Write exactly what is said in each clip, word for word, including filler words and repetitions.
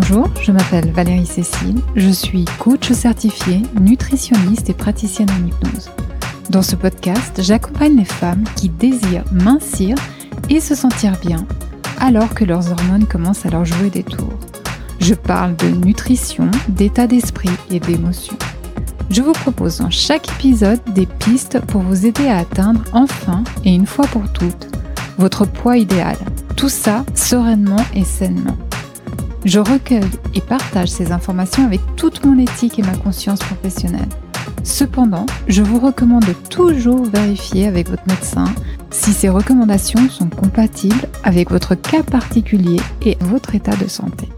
Bonjour, je m'appelle Valérie Cécile, je suis coach certifiée, nutritionniste et praticienne en hypnose. Dans ce podcast, j'accompagne les femmes qui désirent mincir et se sentir bien alors que leurs hormones commencent à leur jouer des tours. Je parle de nutrition, d'état d'esprit et d'émotion. Je vous propose dans chaque épisode des pistes pour vous aider à atteindre enfin et une fois pour toutes votre poids idéal. Tout ça sereinement et sainement. Je recueille et partage ces informations avec toute mon éthique et ma conscience professionnelle. Cependant, je vous recommande toujours vérifier avec votre médecin si ces recommandations sont compatibles avec votre cas particulier et votre état de santé.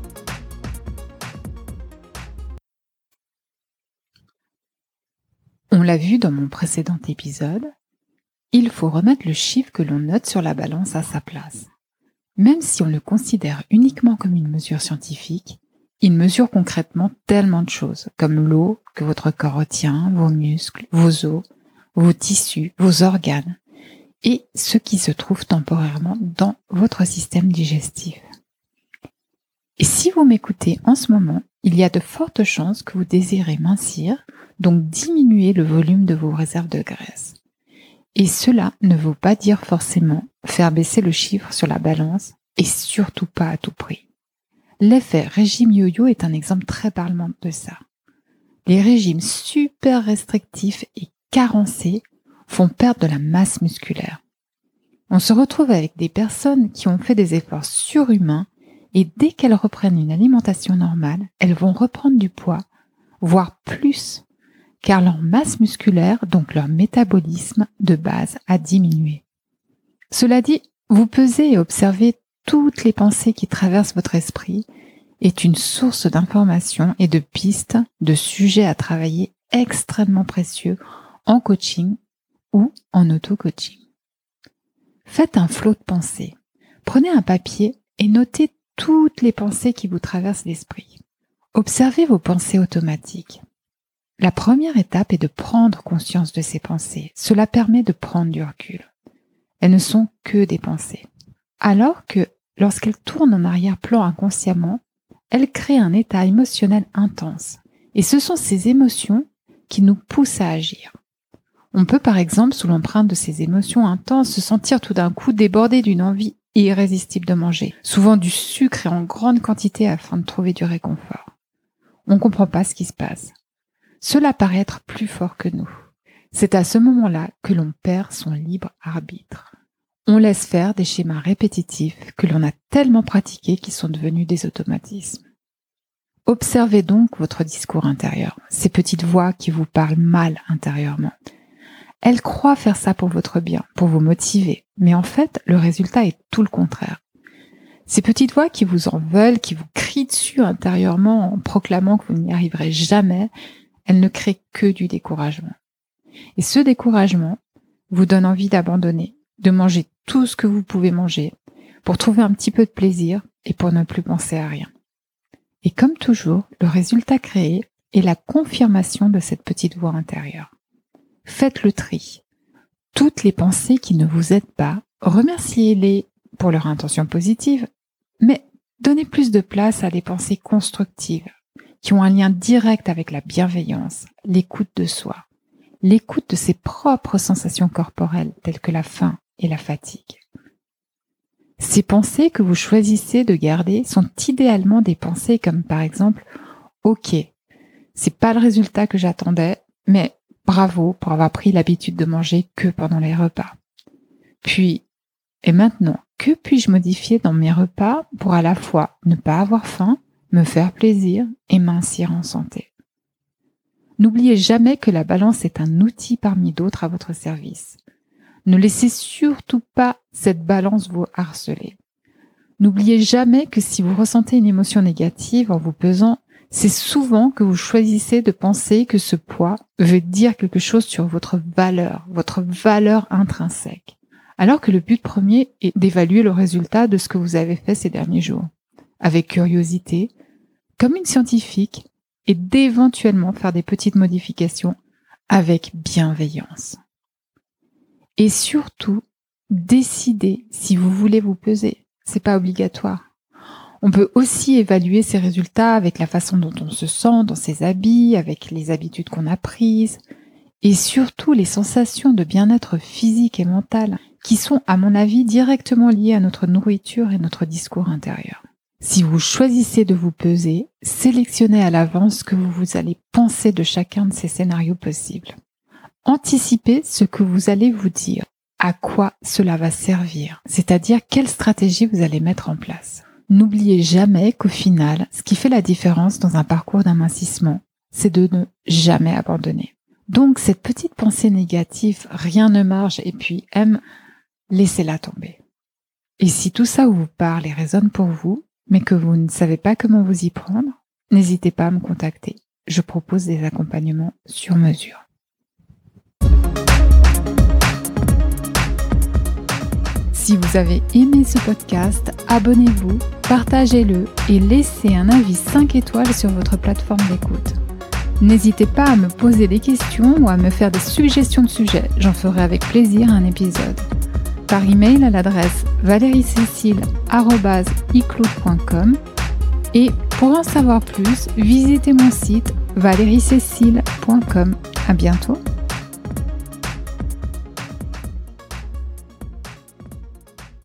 On l'a vu dans mon précédent épisode, il faut remettre le chiffre que l'on note sur la balance à sa place. Même si on le considère uniquement comme une mesure scientifique, il mesure concrètement tellement de choses, comme l'eau que votre corps retient, vos muscles, vos os, vos tissus, vos organes, et ce qui se trouve temporairement dans votre système digestif. Et si vous m'écoutez en ce moment, il y a de fortes chances que vous désirez mincir, donc diminuer le volume de vos réserves de graisse. Et cela ne veut pas dire forcément faire baisser le chiffre sur la balance et surtout pas à tout prix. L'effet régime yo-yo est un exemple très parlant de ça. Les régimes super restrictifs et carencés font perdre de la masse musculaire. On se retrouve avec des personnes qui ont fait des efforts surhumains et dès qu'elles reprennent une alimentation normale, elles vont reprendre du poids, voire plus, car leur masse musculaire, donc leur métabolisme de base, a diminué. Cela dit, vous pesez et observez toutes les pensées qui traversent votre esprit est une source d'informations et de pistes, de sujets à travailler extrêmement précieux en coaching ou en auto-coaching. Faites un flot de pensées. Prenez un papier et notez toutes les pensées qui vous traversent l'esprit. Observez vos pensées automatiques. La première étape est de prendre conscience de ces pensées. Cela permet de prendre du recul. Elles ne sont que des pensées. Alors que lorsqu'elles tournent en arrière-plan inconsciemment, elles créent un état émotionnel intense. Et ce sont ces émotions qui nous poussent à agir. On peut par exemple, sous l'empreinte de ces émotions intenses, se sentir tout d'un coup débordé d'une envie irrésistible de manger, souvent du sucre et en grande quantité afin de trouver du réconfort. On ne comprend pas ce qui se passe. Cela paraît être plus fort que nous. C'est à ce moment-là que l'on perd son libre arbitre. On laisse faire des schémas répétitifs que l'on a tellement pratiqués qu'ils sont devenus des automatismes. Observez donc votre discours intérieur, ces petites voix qui vous parlent mal intérieurement. Elles croient faire ça pour votre bien, pour vous motiver, mais en fait, le résultat est tout le contraire. Ces petites voix qui vous en veulent, qui vous crient dessus intérieurement en proclamant que vous n'y arriverez jamais, elles ne créent que du découragement. Et ce découragement vous donne envie d'abandonner, de manger tout ce que vous pouvez manger, pour trouver un petit peu de plaisir et pour ne plus penser à rien. Et comme toujours, le résultat créé est la confirmation de cette petite voix intérieure. Faites le tri. Toutes les pensées qui ne vous aident pas, remerciez-les pour leur intention positive, mais donnez plus de place à des pensées constructives, qui ont un lien direct avec la bienveillance, l'écoute de soi, l'écoute de ses propres sensations corporelles telles que la faim et la fatigue. Ces pensées que vous choisissez de garder sont idéalement des pensées comme par exemple « Ok, c'est pas le résultat que j'attendais, mais bravo pour avoir pris l'habitude de manger que pendant les repas. » Puis, et maintenant, que puis-je modifier dans mes repas pour à la fois ne pas avoir faim, me faire plaisir et mincir en santé. N'oubliez jamais que la balance est un outil parmi d'autres à votre service. Ne laissez surtout pas cette balance vous harceler. N'oubliez jamais que si vous ressentez une émotion négative en vous pesant, c'est souvent que vous choisissez de penser que ce poids veut dire quelque chose sur votre valeur, votre valeur intrinsèque. Alors que le but premier est d'évaluer le résultat de ce que vous avez fait ces derniers jours, avec curiosité, comme une scientifique, et d'éventuellement faire des petites modifications avec bienveillance. Et surtout, décidez si vous voulez vous peser. C'est pas obligatoire. On peut aussi évaluer ses résultats avec la façon dont on se sent dans ses habits, avec les habitudes qu'on a prises, et surtout les sensations de bien-être physique et mental, qui sont, à mon avis, directement liées à notre nourriture et notre discours intérieur. Si vous choisissez de vous peser, sélectionnez à l'avance ce que vous allez penser de chacun de ces scénarios possibles. Anticipez ce que vous allez vous dire, à quoi cela va servir, c'est-à-dire quelle stratégie vous allez mettre en place. N'oubliez jamais qu'au final, ce qui fait la différence dans un parcours d'amincissement, c'est de ne jamais abandonner. Donc cette petite pensée négative, rien ne marche et puis M, laissez-la tomber. Et si tout ça vous parle et résonne pour vous, mais que vous ne savez pas comment vous y prendre, n'hésitez pas à me contacter. Je propose des accompagnements sur mesure. Si vous avez aimé ce podcast, abonnez-vous, partagez-le et laissez un avis cinq étoiles sur votre plateforme d'écoute. N'hésitez pas à me poser des questions ou à me faire des suggestions de sujets, j'en ferai avec plaisir un épisode. Par email à l'adresse valeriecécile arobase icloud point com et pour en savoir plus, visitez mon site valeriecécile point com. À bientôt.